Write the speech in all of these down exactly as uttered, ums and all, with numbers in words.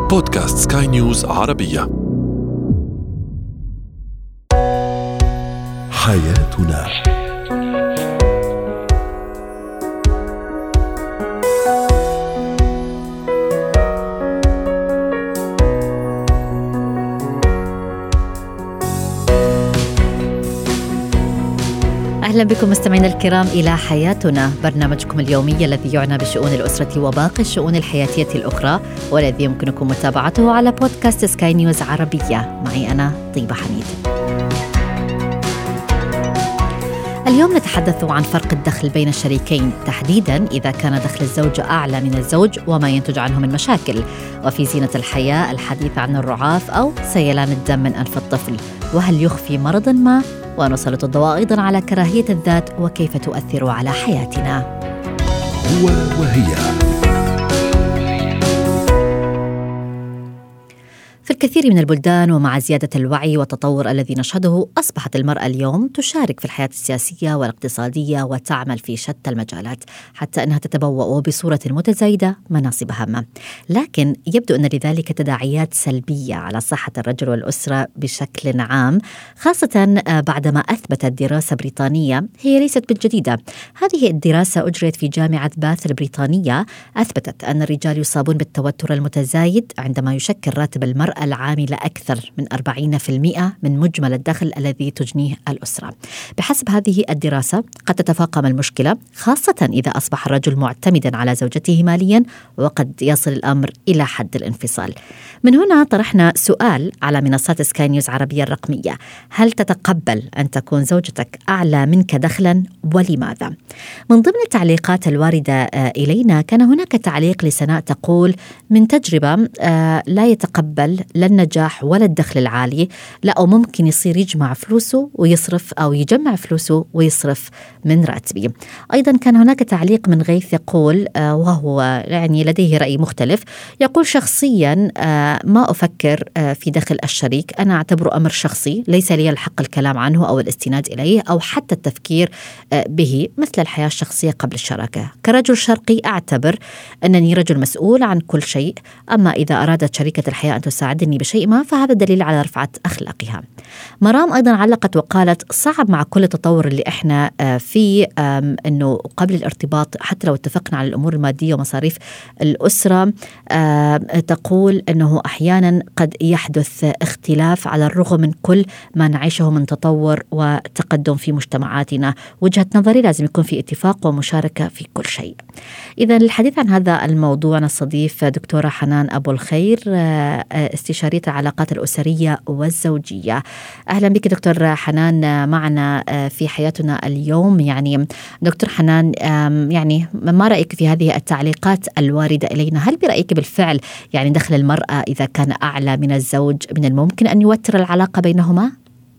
بودكاست سكاي نيوز عربية. حياتنا. أهلا بكم مستمعينا الكرام إلى حياتنا، برنامجكم اليومي الذي يعنى بشؤون الأسرة وباقي الشؤون الحياتية الأخرى، والذي يمكنكم متابعته على بودكاست سكاي نيوز عربية. معي أنا طيبة حميد. اليوم نتحدث عن فرق الدخل بين الشريكين، تحديداً إذا كان دخل الزوجة أعلى من الزوج وما ينتج عنه من مشاكل، وفي زينة الحياة الحديث عن الرعاف أو سيلان الدم من أنف الطفل، وهل يخفي مرضاً ما، ونسلط الضوء أيضاً على كراهية الذات وكيف تؤثر على حياتنا. هو وهي. في الكثير من البلدان ومع زيادة الوعي والتطور الذي نشهده، أصبحت المرأة اليوم تشارك في الحياة السياسية والاقتصادية وتعمل في شتى المجالات، حتى أنها تتبوأ بصورة متزايدة مناصب هامة. لكن يبدو أن لذلك تداعيات سلبية على صحة الرجل والأسرة بشكل عام، خاصة بعدما أثبتت دراسة بريطانية، هي ليست بالجديدة. هذه الدراسة أجريت في جامعة باث البريطانية، أثبتت أن الرجال يصابون بالتوتر المتزايد عندما يشكل راتب المرأة العاملة أكثر من أربعين بالمئة من مجمل الدخل الذي تجنيه الأسرة. بحسب هذه الدراسة قد تتفاقم المشكلة، خاصة إذا أصبح الرجل معتمدا على زوجته ماليا، وقد يصل الأمر إلى حد الانفصال. من هنا طرحنا سؤال على منصات سكاي نيوز عربية الرقمية: هل تتقبل أن تكون زوجتك أعلى منك دخلا، ولماذا؟ من ضمن التعليقات الواردة إلينا كان هناك تعليق لسناء تقول: من تجربة لا يتقبل لا النجاح ولا الدخل العالي، لا أو ممكن يصير يجمع فلوسه ويصرف، أو يجمع فلوسه ويصرف من راتبي. أيضا كان هناك تعليق من غيث يقول، وهو يعني لديه رأي مختلف، يقول: شخصيا ما أفكر في دخل الشريك، أنا أعتبره أمر شخصي ليس لي الحق الكلام عنه أو الاستناد إليه أو حتى التفكير به، مثل الحياة الشخصية قبل الشراكة. كرجل شرقي أعتبر أنني رجل مسؤول عن كل شيء، أما إذا أرادت شريكة الحياة أن تساعدني بشيء ما فهذا دليل على رفعة أخلاقها. مرام أيضا علقت وقالت: صعب مع كل التطور اللي إحنا فيه أنه قبل الارتباط حتى لو اتفقنا على الأمور المادية ومصاريف الأسرة، تقول أنه أحيانا قد يحدث اختلاف على الرغم من كل ما نعيشه من تطور وتقدم في مجتمعاتنا. وجهة نظري لازم يكون في اتفاق ومشاركة في كل شيء. إذا للحديث عن هذا الموضوع نستضيف دكتورة حنان أبو الخير، استشارية العلاقات الأسرية والزوجية. أهلا بك دكتور حنان معنا في حياتنا اليوم. يعني دكتور حنان، يعني ما رأيك في هذه التعليقات الواردة إلينا؟ هل برأيك بالفعل يعني دخل المرأة إذا كان أعلى من الزوج من الممكن أن يوتر العلاقة بينهما؟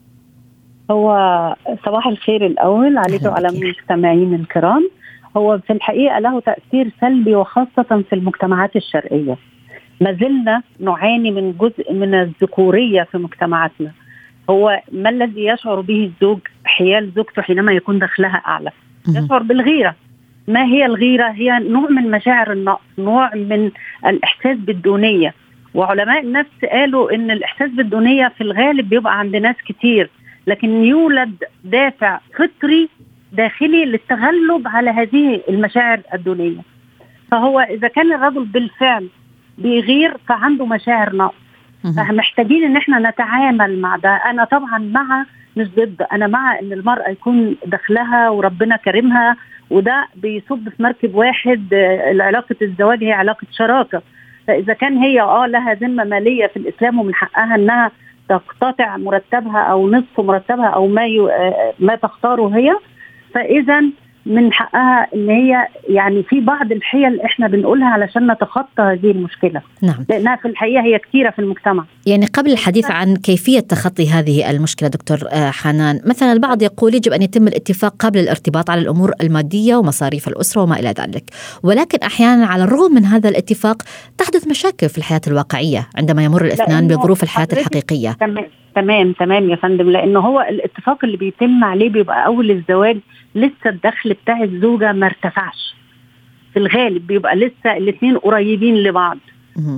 هو صباح الخير الأول عليك وعلى المستمعين الكرام. هو في الحقيقة له تأثير سلبي، وخاصة في المجتمعات الشرقية. ما زلنا نعاني من جزء من الذكورية في مجتمعاتنا. هو ما الذي يشعر به الزوج حيال زوجته حينما يكون دخلها أعلى؟ يشعر بالغيرة. ما هي الغيرة؟ هي نوع من مشاعر النقص، نوع من الإحساس بالدونية. وعلماء النفس قالوا إن الإحساس بالدونية في الغالب بيبقى عند ناس كتير، لكن يولد دافع فطري داخلي للتغلب على هذه المشاعر الدونية. فهو إذا كان الرجل بالفعل بيغير فعنده مشاعر نقص، فمحتاجين ان احنا نتعامل مع ده. انا طبعا مع، مش ضد، انا مع ان المرأة يكون دخلها وربنا كرمها، وده بيصب في مركب واحد. علاقة الزواج هي علاقة شراكة، فاذا كان هي اه لها ذمة مالية في الاسلام ومن حقها انها تقتطع مرتبها او نصف مرتبها او ما ما تختاره هي، فاذا من حقها ان هي يعني في بعض الحيل احنا بنقولها علشان نتخطى هذه المشكله. نعم. لانها في الحقيقه هي كثيره في المجتمع. يعني قبل الحديث عن كيفيه تخطي هذه المشكله دكتور حنان، مثلا البعض يقول يجب ان يتم الاتفاق قبل الارتباط على الامور الماديه ومصاريف الاسره وما الى ذلك، ولكن احيانا على الرغم من هذا الاتفاق تحدث مشاكل في الحياه الواقعيه عندما يمر الاثنان بظروف الحياه الحقيقيه. تمام تمام تمام يا فندم، لأنه هو الاتفاق اللي بيتم عليه بيبقى أول الزواج، لسه الدخل بتاع الزوجة ما ارتفعش في الغالب، بيبقى لسه الاثنين قريبين لبعض.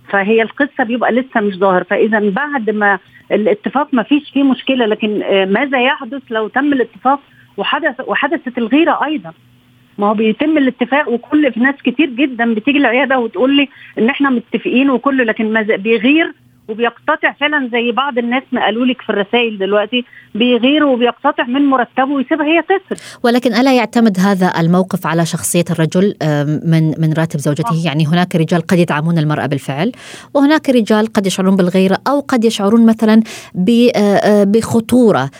فهي القصة بيبقى لسه مش ظاهر. فإذا بعد ما الاتفاق ما فيش فيه مشكلة، لكن ماذا يحدث لو تم الاتفاق وحدث وحدثت الغيرة أيضا؟ ما هو بيتم الاتفاق وكل في ناس كتير جدا بتيجي العيادة وتقول لي إن إحنا متفقين وكله، لكن ما بيغير وبيقتطع فعلا زي بعض الناس ما قالوا لك في الرسائل دلوقتي، بيغير وبيقتطع من مرتبه ويسيبها هي تصرف. ولكن ألا يعتمد هذا الموقف على شخصية الرجل من من راتب زوجته؟ آه. يعني هناك رجال قد يدعمون المرأة بالفعل، وهناك رجال قد يشعرون بالغيرة أو قد يشعرون مثلا بخطورة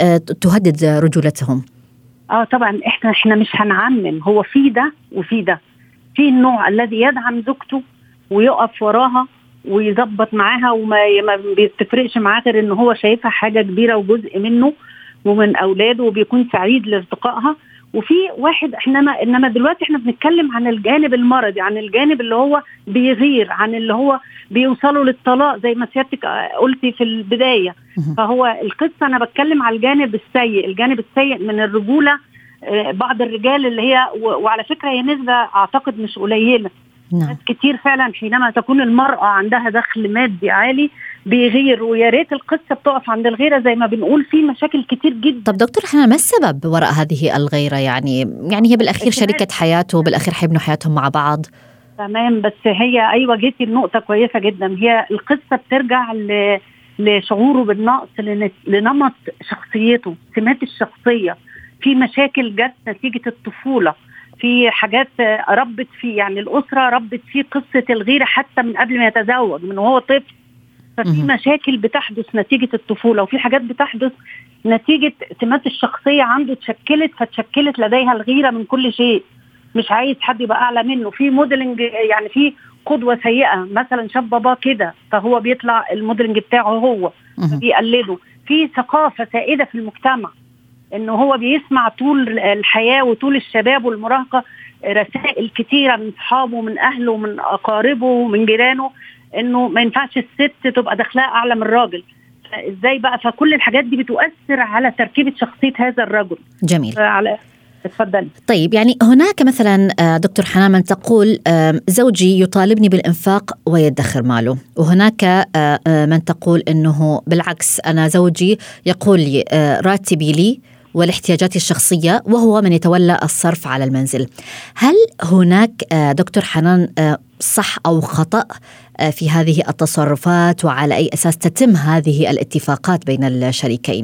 تهدد رجولتهم. اه طبعا احنا احنا مش هنعمم، هو في ده وفي ده. في النوع الذي يدعم زوجته ويقف وراها ويظبط معاها وما ما بيتفرقش معاه غير ان هو شايفها حاجه كبيره وجزء منه ومن اولاده وبيكون سعيد لارتقائها. وفي واحد احنا انما دلوقتي احنا بنتكلم عن الجانب المرضي، عن الجانب اللي هو بيغير، عن اللي هو بيوصلوا للطلاق زي ما سيادتك قلتي في البدايه. فهو القصه انا بتكلم على الجانب السيء، الجانب السيء من الرجوله. بعض الرجال اللي هي وعلى فكره هي نسبه اعتقد مش قليله. نعم. ناس كتير فعلا حينما تكون المرأة عندها دخل مادي عالي بيغير، ويا ريت القصة بتقف عند الغيرة زي ما بنقول. في مشاكل كتير جدا. طب دكتور حنان، ما السبب وراء هذه الغيرة؟ يعني يعني هي بالأخير شريكة حياته، بالأخير حيبنوا حياتهم مع بعض. تمام، بس هي أيوة جيتي النقطة كويسة جدا. هي القصة بترجع ل... لشعوره بالنقص، لنمط شخصيته، سمات الشخصية. في مشاكل جت نتيجة الطفولة، في حاجات ربت فيه، يعني الأسرة ربت فيه قصة الغيرة حتى من قبل ما يتزوج، من وهو طفل. ففي مشاكل بتحدث نتيجة الطفولة، وفي حاجات بتحدث نتيجة سمات الشخصية عنده تشكلت فتشكلت لديها الغيرة من كل شيء. مش عايز حد يبقى أعلى منه. في موديلنج، يعني في قدوة سيئة، مثلا شاف بابا كده فهو بيطلع الموديلنج بتاعه هو بيقلده. في ثقافة سائدة في المجتمع انه هو بيسمع طول الحياة وطول الشباب والمراهقة رسائل كتيرة من صحابه ومن اهله ومن اقاربه ومن جيرانه انه ما ينفعش الست تبقى دخلها اعلى من الراجل. ازاي بقى؟ فكل الحاجات دي بتؤثر على تركيبة شخصية هذا الرجل. جميل. على اتفضل. طيب، يعني هناك مثلا دكتور حنان من تقول زوجي يطالبني بالإنفاق ويدخر ماله، وهناك من تقول انه بالعكس، انا زوجي يقول لي راتبي لي والاحتياجات الشخصية وهو من يتولى الصرف على المنزل. هل هناك دكتور حنان صح أو خطأ في هذه التصرفات، وعلى أي أساس تتم هذه الاتفاقات بين الشريكين؟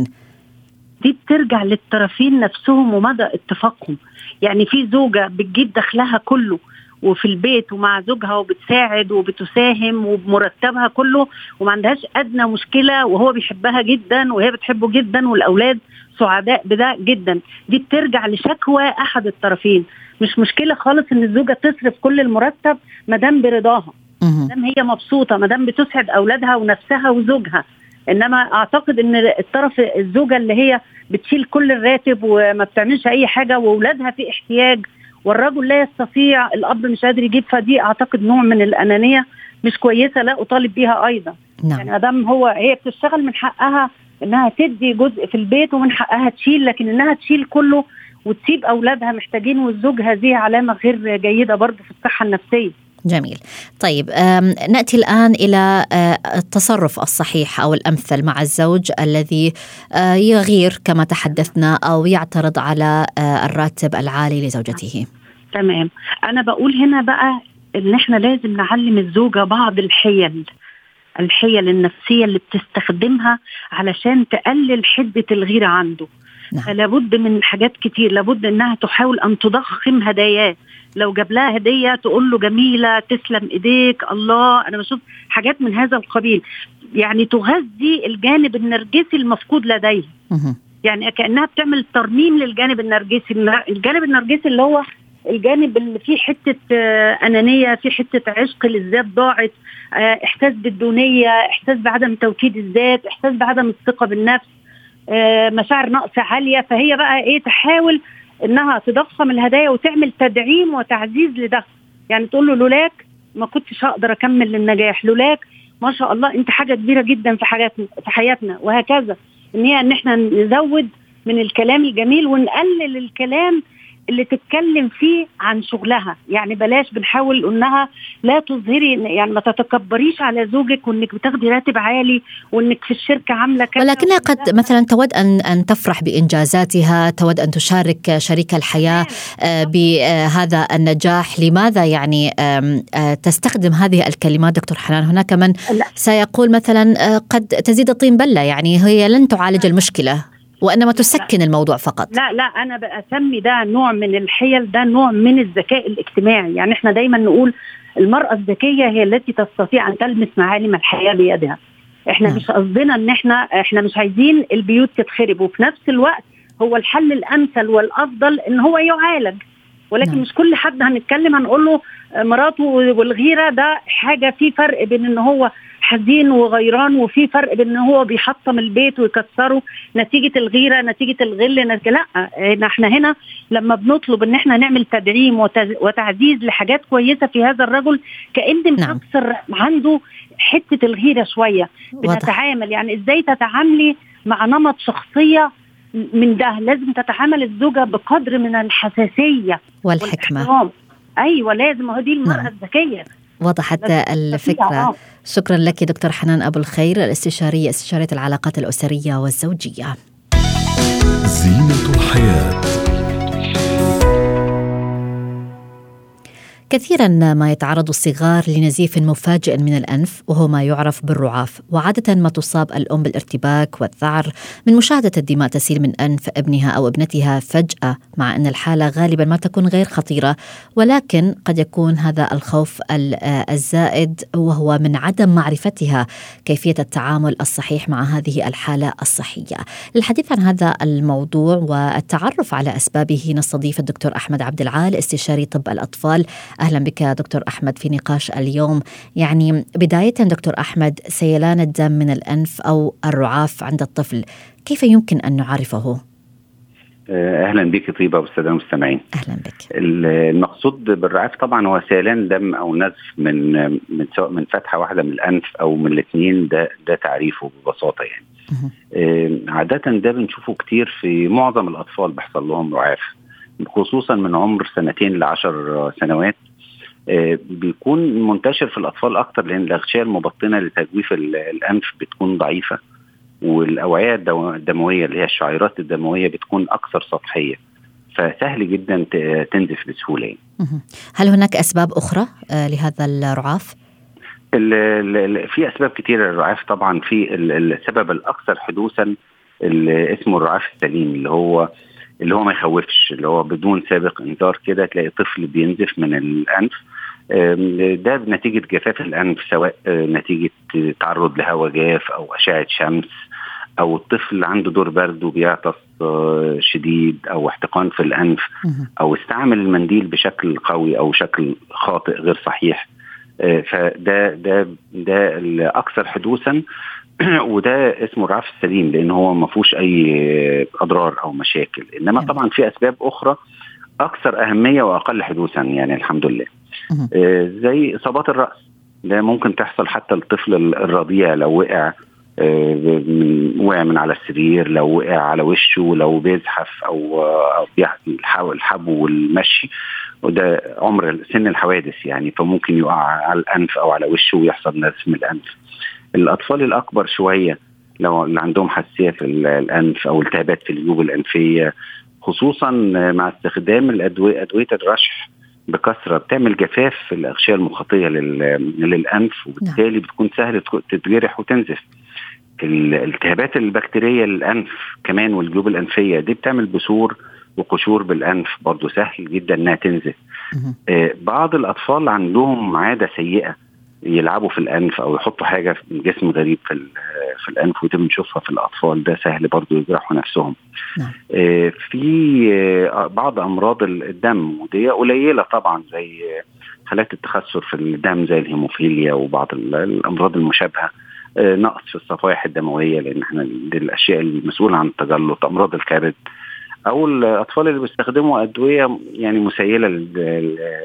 دي بترجع للطرفين نفسهم ومدى اتفاقهم. يعني في زوجة بتجيب دخلها كله وفي البيت ومع زوجها وبتساعد وبتساهم وبمرتبها كله وما عندهاش أدنى مشكلة، وهو بيحبها جدا وهي بتحبه جدا والأولاد سعداء بده جدا. دي بترجع لشكوى أحد الطرفين. مش مشكلة خالص إن الزوجة تصرف كل المرتب مدام برضاها، مدام هي مبسوطة، مدام بتسعد أولادها ونفسها وزوجها. إنما أعتقد إن الطرف الزوجة اللي هي بتشيل كل الراتب وما بتعملش أي حاجة وأولادها في احتياج والرجل لا يستطيع، الأب مش قادر يجيب، فدي أعتقد نوع من الأنانية مش كويسة، لا أطالب بيها أيضا. نعم. يعني أدام هو هي بتشتغل من حقها إنها تدي جزء في البيت ومن حقها تشيل، لكن إنها تشيل كله وتسيب أولادها محتاجين والزوج، هذه علامة غير جيدة برضو في الصحة النفسية. جميل. طيب، نأتي الآن إلى التصرف الصحيح أو الأمثل مع الزوج الذي يغير كما تحدثنا أو يعترض على الراتب العالي لزوجته. تمام. أنا بقول هنا بقى إن إحنا لازم نعلم الزوجة بعض الحيل الحيل النفسية اللي بتستخدمها علشان تقلل حدة الغيرة عنده. نعم. لابد من حاجات كتير. لابد إنها تحاول أن تضخم هداياه. لو جاب لها هدية تقول له جميلة، تسلم إيديك، الله. أنا بشوف حاجات من هذا القبيل، يعني تغذي الجانب النرجسي المفقود لديه. يعني كأنها بتعمل ترميم للجانب النرجسي. الجانب النرجسي اللي هو الجانب اللي فيه حتة أنانية، فيه حتة عشق للذات ضاعت، إحساس بالدونية، إحساس بعدم توكيد الذات، إحساس بعدم الثقة بالنفس، مشاعر نقص عالية. فهي بقى إيه، تحاول إنها تضخم الهدايا وتعمل تدعيم وتعزيز لده. يعني تقول له لولاك ما كنتش هقدر أكمل للنجاح، لولاك ما شاء الله أنت حاجة كبيرة جدا في حياتنا في حياتنا وهكذا. إن هي إن إحنا نزود من الكلام الجميل ونقلل الكلام اللي تتكلم فيه عن شغلها. يعني بلاش بنحاول انها لا تظهري، يعني ما تتكبريش على زوجك وانك بتاخدي راتب عالي وانك في الشركة عاملة كذا، ولكنها قد مثلا تود أن أن تفرح بإنجازاتها، تود أن تشارك شريك الحياة بهذا النجاح. لماذا يعني تستخدم هذه الكلمات دكتور حنان؟ هناك من سيقول مثلا قد تزيد الطين بلة، يعني هي لن تعالج المشكلة وإنما تسكن الموضوع فقط. لا لا أنا بسمي ده نوع من الحيل، ده نوع من الذكاء الاجتماعي. يعني إحنا دايما نقول المرأة الذكية هي التي تستطيع أن تلمس معالم الحياة بيدها. إحنا م. مش قصدنا إن إحنا إحنا مش عايزين البيوت تتخرب، وفي نفس الوقت هو الحل الأمثل والأفضل إن هو يعالج، ولكن م. مش كل حد هنتكلم هنقول له مراته والغيرة ده حاجة. في فرق بين إن هو حزين وغيران، وفي فرق بين ان هو بيحطم البيت ويكسره نتيجة الغيرة نتيجة الغل. نتيجة لا، احنا هنا لما بنطلب ان احنا نعمل تدعيم وتعزيز لحاجات كويسة في هذا الرجل، كأن بنكسر عنده حتة الغيرة شوية. بنتعامل يعني ازاي تتعاملي مع نمط شخصية من ده. لازم تتعامل الزوجة بقدر من الحساسية والحكمة. ايوه لازم، هذه المرأة نعم. الذكية. وضحت الفكرة. شكرا لك دكتور حنان أبو الخير، الاستشارية استشارية العلاقات الأسرية والزوجية. زينة الحياة. كثيرا ما يتعرض الصغار لنزيف مفاجئ من الأنف، وهو ما يعرف بالرعاف، وعادة ما تصاب الأم بالارتباك والذعر من مشاهدة الدماء تسيل من أنف ابنها أو ابنتها فجأة، مع أن الحالة غالبا ما تكون غير خطيرة، ولكن قد يكون هذا الخوف الزائد وهو من عدم معرفتها كيفية التعامل الصحيح مع هذه الحالة الصحية. للحديث عن هذا الموضوع والتعرف على أسبابه نستضيف الدكتور أحمد عبد العال، استشاري طب الأطفال. أهلا بك دكتور أحمد في نقاش اليوم. يعني بداية دكتور أحمد، سيلان الدم من الأنف أو الرعاف عند الطفل كيف يمكن أن نعرفه؟ أهلا بك طيبة والسادة المستمعين. أهلا بك. المقصود بالرعاف طبعا هو سيلان دم أو نزف من من سواء من فتحة واحدة من الأنف أو من الاثنين، ده ده تعريفه ببساطة يعني. أه. عادة ده بنشوفه كتير في معظم الأطفال بيحصل لهم رعاف، خصوصا من عمر سنتين لعشر سنوات. آه بيكون منتشر في الأطفال أكتر لأن الأغشية المبطنة لتجويف الأنف بتكون ضعيفة، والأوعية الدموية اللي هي الشعيرات الدموية بتكون أكثر سطحية، فسهل جدا تنزف بسهولة. هل هناك أسباب أخرى آه لهذا الرعاف؟ في أسباب كتيرة للرعاف طبعا. في السبب الأكثر حدوثا اسمه الرعاف السليم، اللي هو اللي هو ما يخوفش، اللي هو بدون سابق انذار كده تلاقي طفل بينزف من الأنف. ده بنتيجة جفاف الأنف، سواء نتيجة تعرض لهواء جاف أو أشعة شمس، أو الطفل عنده دور برد وبيعطس شديد، أو احتقان في الأنف، أو استعمل المنديل بشكل قوي أو شكل خاطئ غير صحيح. فده ده ده الأكثر حدوثا وده اسمه الرعاف السليم لأنه هو ما فيهوش أي أضرار أو مشاكل. إنما طبعا في أسباب أخرى أكثر أهمية وأقل حدوثا يعني الحمد لله، زي إصابات الرأس. ده ممكن تحصل حتى الطفل الرضيع لو وقع من وقع من على السرير، لو وقع على وشه، لو بيزحف أو بيحاول الحبو والمشي، وده عمر سن الحوادث يعني، فممكن يقع على الأنف أو على وشه ويحصل نزف من الأنف. الأطفال الأكبر شوية لو اللي عندهم حساسية في الأنف أو التهابات في الجيوب الأنفية، خصوصا مع استخدام الأدوية أدوية الرشح بكثرة، بتعمل جفاف في الأغشية المخاطية للأنف، وبالتالي بتكون سهلة تتجرح وتنزف. الالتهابات البكتيرية للأنف كمان والجيوب الأنفية دي بتعمل بثور وقشور بالأنف، برضو سهل جدا أنها تنزف. بعض الأطفال عندهم عادة سيئة يلعبوا في الأنف أو يحطوا حاجة في جسم غريب في في الأنف، ودي بنشوفها في الأطفال، ده سهل برضو يجرحوا نفسهم. نعم. آه في آه بعض أمراض الدم ودي قليلة طبعا، زي حالات التخثر في الدم زي الهيموفيليا وبعض الأمراض المشابهة، آه نقص في الصفائح الدموية لأن احنا دي الأشياء المسؤولة عن التجلط، أمراض الكبد، أو الأطفال اللي بيستخدموا أدوية يعني مسيلة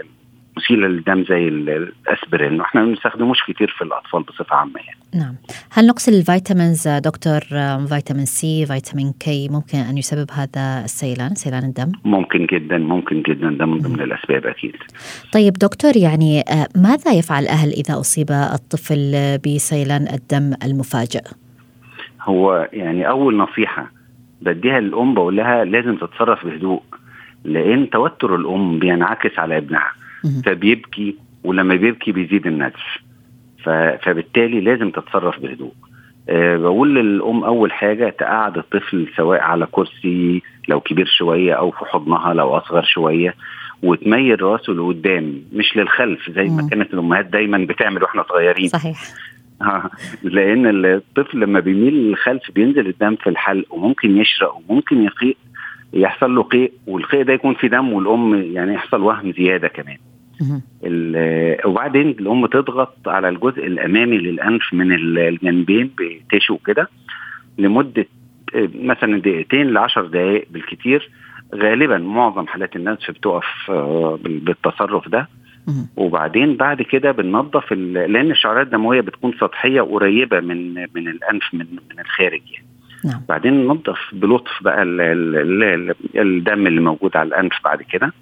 مسيلة للدم زي الأسبرين، وإحنا ما بنستخدموش كتير في الأطفال بصفة عامة يعني. نعم. هل نقص الفيتامينز دكتور، فيتامين سي، فيتامين كي، ممكن أن يسبب هذا السيلان، سيلان الدم؟ ممكن جدا، ممكن جدا، ده من ضمن الأسباب أكيد. طيب دكتور، يعني ماذا يفعل الأهل إذا أصيب الطفل بسيلان الدم المفاجئ؟ هو يعني أول نصيحة بديها للأم بقول لها لازم تتصرف بهدوء، لأن توتر الأم بينعكس على ابنها فبيبكي، ولما بيبكي بيزيد النزف، فبالتالي لازم تتصرف بهدوء. أه بقول للأم أول حاجة تقعد الطفل سواء على كرسي لو كبير شوية أو في حضنها لو أصغر شوية، وتميل راسه لقدام مش للخلف زي ما كانت الأمهات دايما بتعمل وإحنا صغيرين. صحيح. لأن الطفل لما بيميل للخلف بينزل الدم في الحلق وممكن يشرق وممكن يقيء، يحصل له قيء، والقيء ده يكون في دم، والأم يعني يحصل وهم زيادة كمان. وبعدين الأم تضغط على الجزء الأمامي للأنف من الجنبين بتشو كده لمدة مثلا دقيقتين لعشر دقائق بالكتير. غالبا معظم حالات النزف بتقف بالتصرف ده. وبعدين بعد كده بننظف، لأن الشعرات الدموية بتكون سطحية قريبة من من الأنف من من الخارج يعني. نعم. بعدين ننظف بلطف بقى ال ال ال الدم اللي موجود على الأنف بعد كده.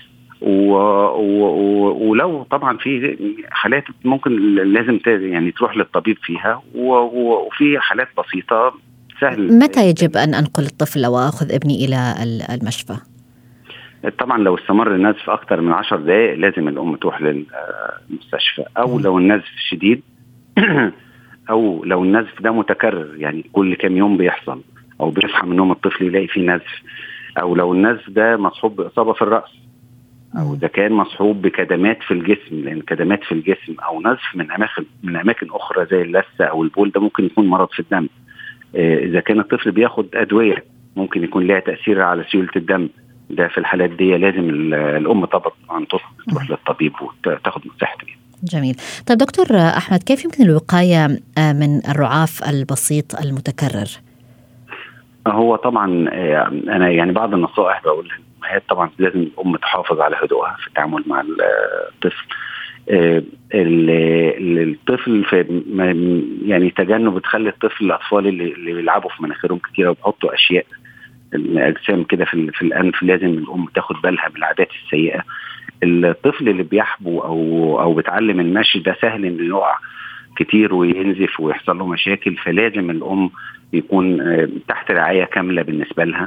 ولو طبعا في حالات ممكن لازم يعني تروح للطبيب فيها، وفي حالات بسيطة سهل. متى يجب أن أنقل الطفل أو أخذ ابني إلى المشفى؟ طبعا لو استمر النزف أكتر من عشر دقائق لازم الأم تروح للمستشفى، أو لو النزف شديد أو لو النزف ده متكرر يعني كل كام يوم بيحصل، أو بيصحى من النوم الطفل يلاقي فيه نزف، أو لو النزف ده مصحوب بإصابة في الرأس، أو إذا كان مصحوب بكدمات في الجسم، لأن كدمات في الجسم أو نزف من أماكن من أماكن أخرى زي اللثة أو البول، ده ممكن يكون مرض في الدم. إذا كان الطفل بياخد أدوية ممكن يكون لها تأثير على سيولة الدم، ده في الحالات دي لازم الأم طبعا تروح للطبيب وتاخد نصيحته. جميل. طيب دكتور أحمد، كيف يمكن الوقاية من الرعاف البسيط المتكرر؟ هو طبعا أنا يعني بعض النصائح بقول للأمهات طبعا لازم الأم تحافظ على هدوءها في التعامل مع الطفل. الطفل في يعني تجنب تخلي الطفل الأطفال اللي, اللي بيلعبوا في مناخيرهم كتير وبيحطوا أشياء الأجسام كده في, في الأنف، لازم الأم تاخد بالها من العادات السيئة. الطفل اللي بيحبو أو أو بتعلم المشي ده سهل إنه يقع كتير وينزف ويحصل له مشاكل، فلازم الأم يكون تحت رعاية كاملة بالنسبة لها.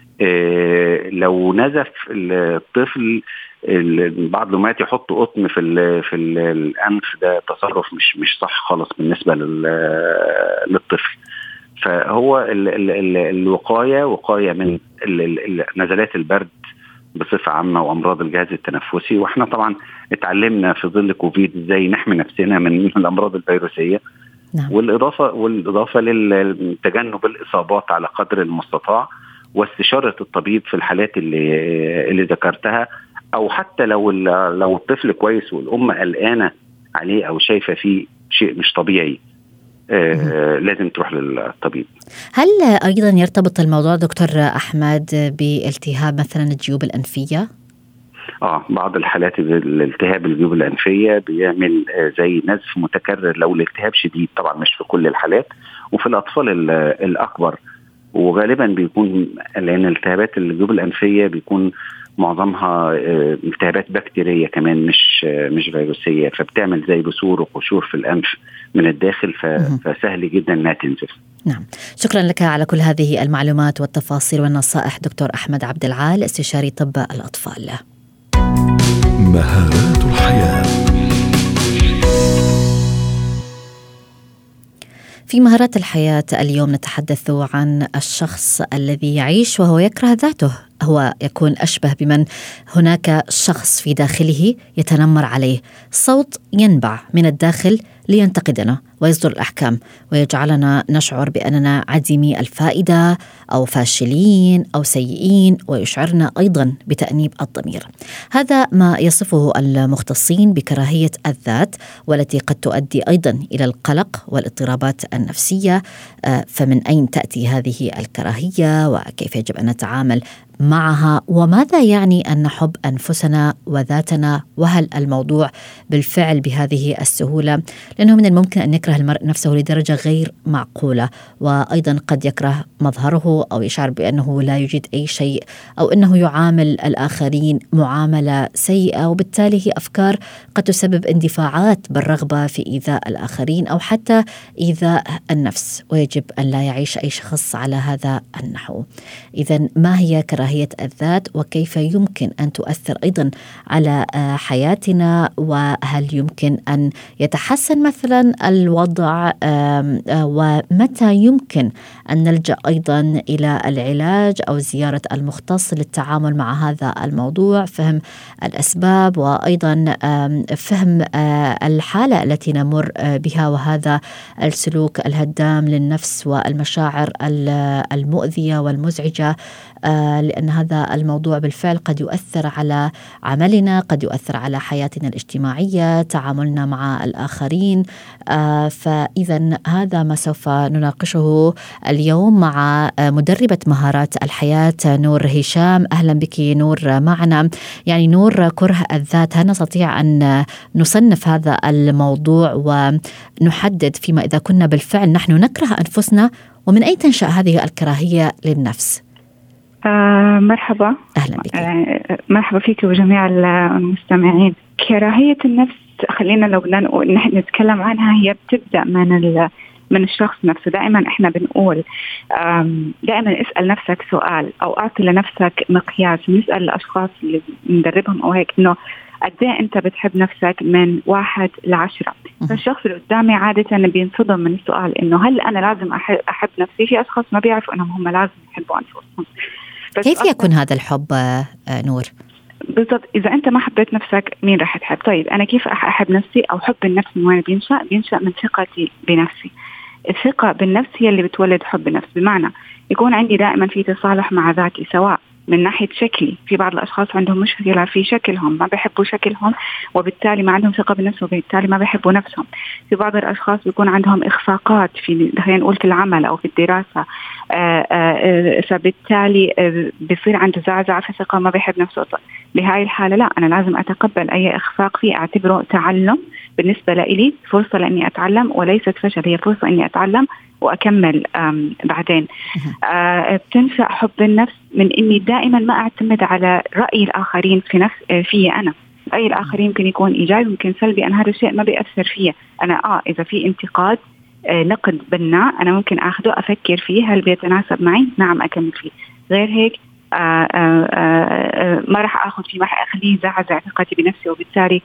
لو نزف الطفل بعض الأمهات يحطوا قطن في ال في ال الأنف، ده تصرف مش مش صح خالص بالنسبة للطفل. فهو ال ال ال الوقاية وقاية من نزلات البرد بصفة عامة وأمراض الجهاز التنفسي، وإحنا طبعا اتعلمنا في ظل كوفيد إزاي نحمي نفسنا من الأمراض الفيروسية. نعم. والإضافة والإضافة للتجنب الإصابات على قدر المستطاع، واستشارة الطبيب في الحالات اللي اللي ذكرتها، أو حتى لو لو الطفل كويس والأم قلقانة عليه أو شايفة فيه شيء مش طبيعي، آه لازم تروح للطبيب. هل أيضا يرتبط الموضوع دكتور أحمد بالتهاب مثلا الجيوب الأنفية؟ آه بعض الحالات الالتهاب الجيوب الأنفية بيعمل آه زي نزف متكرر لو الالتهاب شديد، طبعا مش في كل الحالات، وفي الأطفال الأكبر، وغالبا بيكون لأن التهابات الجيوب الأنفية بيكون معظمها التهابات بكتيرية كمان مش مش فيروسية، فبتعمل زي بثور وقشور في الأنف من الداخل، فسهل جدا انها تنزف. نعم، شكرا لك على كل هذه المعلومات والتفاصيل والنصائح دكتور أحمد عبد العال، استشاري طب الأطفال. مهارات الحياة. في مهارات الحياة اليوم نتحدث عن الشخص الذي يعيش وهو يكره ذاته، هو يكون أشبه بمن هناك شخص في داخله يتنمر عليه، صوت ينبع من الداخل لينتقدنا ويصدر الأحكام ويجعلنا نشعر بأننا عديمي الفائدة أو فاشلين أو سيئين، ويشعرنا أيضا بتأنيب الضمير. هذا ما يصفه المختصين بكراهية الذات، والتي قد تؤدي أيضا إلى القلق والاضطرابات النفسية. فمن أين تأتي هذه الكراهية وكيف يجب أن نتعامل معها؟ وماذا يعني أن نحب أنفسنا وذاتنا؟ وهل الموضوع بالفعل بهذه السهولة؟ لأنه من الممكن أن يكره المرء نفسه لدرجة غير معقولة، وأيضا قد يكره مظهره أو يشعر بأنه لا يوجد أي شيء، أو أنه يعامل الآخرين معاملة سيئة، وبالتالي هي أفكار قد تسبب اندفاعات بالرغبة في إيذاء الآخرين أو حتى إيذاء النفس، ويجب أن لا يعيش أي شخص على هذا النحو. إذن ما هي كراهية الذات، وكيف يمكن أن تؤثر أيضا على حياتنا، وهل يمكن أن يتحسن مثلا الوضع، ومتى يمكن أن نلجأ أيضا إلى العلاج أو زيارة المختص للتعامل مع هذا الموضوع، فهم الأسباب وأيضا فهم الحالة التي نمر بها وهذا السلوك الهدام للنفس والمشاعر المؤذية والمزعجة، لأن هذا الموضوع بالفعل قد يؤثر على عملنا، قد يؤثر على حياتنا الاجتماعية، تعاملنا مع الآخرين. فإذا هذا ما سوف نناقشه اليوم مع مدربة مهارات الحياة نور هشام. أهلا بك نور معنا. يعني نور، كره الذات، هل نستطيع أن نصنف هذا الموضوع ونحدد فيما إذا كنا بالفعل نحن نكره أنفسنا، ومن أين تنشأ هذه الكراهية للنفس؟ آه مرحبا. أهلا بك. آه مرحبا فيك وجميع المستمعين. كراهية النفس، خلينا لو بدنا نقول نحن نتكلم عنها، هي بتبدأ من من الشخص نفسه. دائما احنا بنقول دائما اسأل نفسك سؤال أو أعطي لنفسك مقياس. نسأل الأشخاص اللي ندربهم أو هيك إنه قد ايه انت بتحب نفسك من واحد لعشرة. فالشخص اللي قدامي عادة بينصدم من السؤال انه هل انا لازم احب, أحب نفسي؟ في اشخاص ما بيعرفوا انهم هم لازم يحبوا انفسهم. كيف يكون هذا الحب نور؟ بالضبط، اذا انت ما حبيت نفسك مين رح تحب؟ طيب انا كيف احب نفسي؟ او حب النفس من وين بينشأ؟ بينشأ من ثقتي بنفسي. الثقة بالنفس هي اللي بتولد حب النفس، بمعنى يكون عندي دائما في تصالح مع ذاتي، سواء من ناحية شكلي. في بعض الأشخاص عندهم مشكلة في شكلهم، ما بيحبوا شكلهم وبالتالي ما عندهم ثقة بالنفس وبالتالي ما بيحبوا نفسهم. في بعض الأشخاص بيكون عندهم إخفاقات في، خلينا نقول، في العمل أو في الدراسة، آآ آآ فبالتالي بيصير عنده زعزعة في الثقة، ما بيحب نفسه. بهاي الحالة لا، أنا لازم أتقبل أي إخفاق فيه، أعتبره تعلم بالنسبة لي، فرصة لأني أتعلم وليست فشل، هي فرصة أني أتعلم وأكمل بعدين. آه بتنشأ حب النفس من إني دائما ما أعتمد على رأي الآخرين في نفس في أنا. رأي الآخرين يمكن يكون إيجابي ممكن سلبي، أنا هذا الشيء ما بيأثر فيه. أنا آه إذا في انتقاد آه نقد بناء أنا ممكن أخذه أفكر فيه، هل بيتناسب معي؟ نعم أكمل فيه. غير هيك آآ آآ ما راح أخذ فيه، ما راح أخليه زعزع ثقتي بنفسي وبالتالي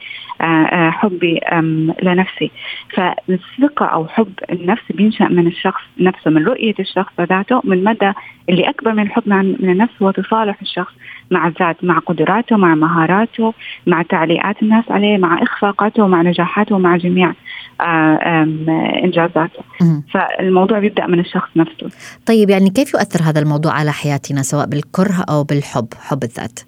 حبي لنفسي. فالثقة أو حب النفس بينشأ من الشخص نفسه، من رؤية الشخص ذاته، من مدى اللي أكبر من الحب من النفس هو تصالح الشخص مع الذات، مع قدراته، مع مهاراته، مع تعليقات الناس عليه، مع إخفاقاته، مع نجاحاته، مع جميع إنجازاته. فالموضوع بيبدأ من الشخص نفسه. طيب، يعني كيف يؤثر هذا الموضوع على حياتنا سواء بالكره أو بالحب، حب الذات؟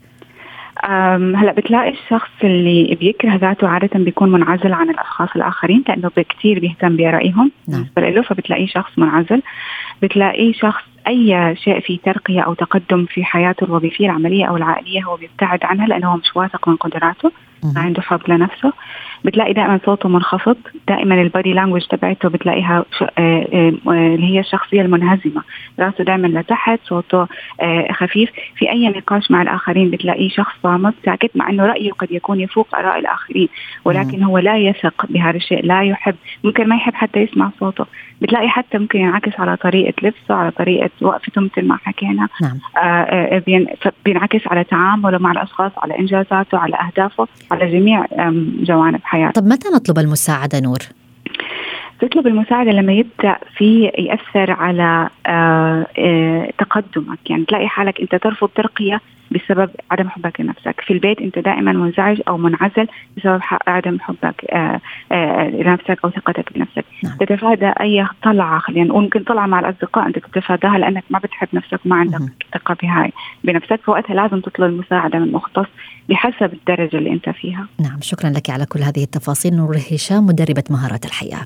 هلا بتلاقي الشخص اللي بيكره ذاته عادة بيكون منعزل عن الأشخاص الآخرين، لأنه بكتير بيهتم برأيهم بالنسبة له، فبتلاقيه شخص منعزل. بتلاقيه شخص أي شيء في ترقية أو تقدم في حياته الوظيفية العملية أو العائلية هو بيبتعد عنها لأنه مش واثق من قدراته، ما عنده حب لنفسه. بتلاقي دائما صوته منخفض، دائما البادي لانجوج تبعته بتلاقيها اللي هي الشخصية المنهزمة، راسه دائما لتحت، صوته خفيف. في أي نقاش مع الآخرين بتلاقيه شخص صامت ساكت، مع أنه رأيه قد يكون يفوق آراء الآخرين، ولكن هو لا يثق بهذا الشيء، لا يحب، ممكن ما يحب حتى يسمع صوته. بتلاقي حتى ممكن ينعكس على طريقة لبسه، على طريقة وقفته مثل ما حكينا. نعم. آه بينعكس على تعامله مع الأشخاص، على إنجازاته، على أهدافه، على جميع جوانب حياته. طب متى نطلب المساعدة نور؟ تطلب المساعدة لما يبدأ في يأثر على آه آه تقدمك. يعني تلاقي حالك أنت ترفض ترقية بسبب عدم حبك لنفسك. في البيت أنت دائما منزعج أو منعزل بسبب عدم حبك آه آه لنفسك أو ثقتك بنفسك. نعم. تتفادى أي طلعة، خلينا نقول ممكن طلعة مع الأصدقاء أنت تتفاداها لأنك ما بتحب نفسك وما عندك ثقة بهاي بنفسك، فوقتها لازم تطلب المساعدة من مختص بحسب الدرجة اللي أنت فيها. نعم، شكرا لك على كل هذه التفاصيل نور هشام، مدربة مهارات الحياة.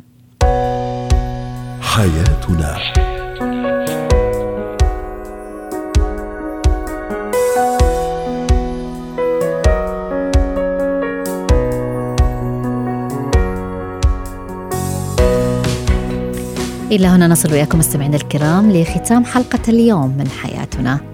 حياتنا. إلى هنا نصل وياكم مستمعينا الكرام لختام حلقة اليوم من حياتنا.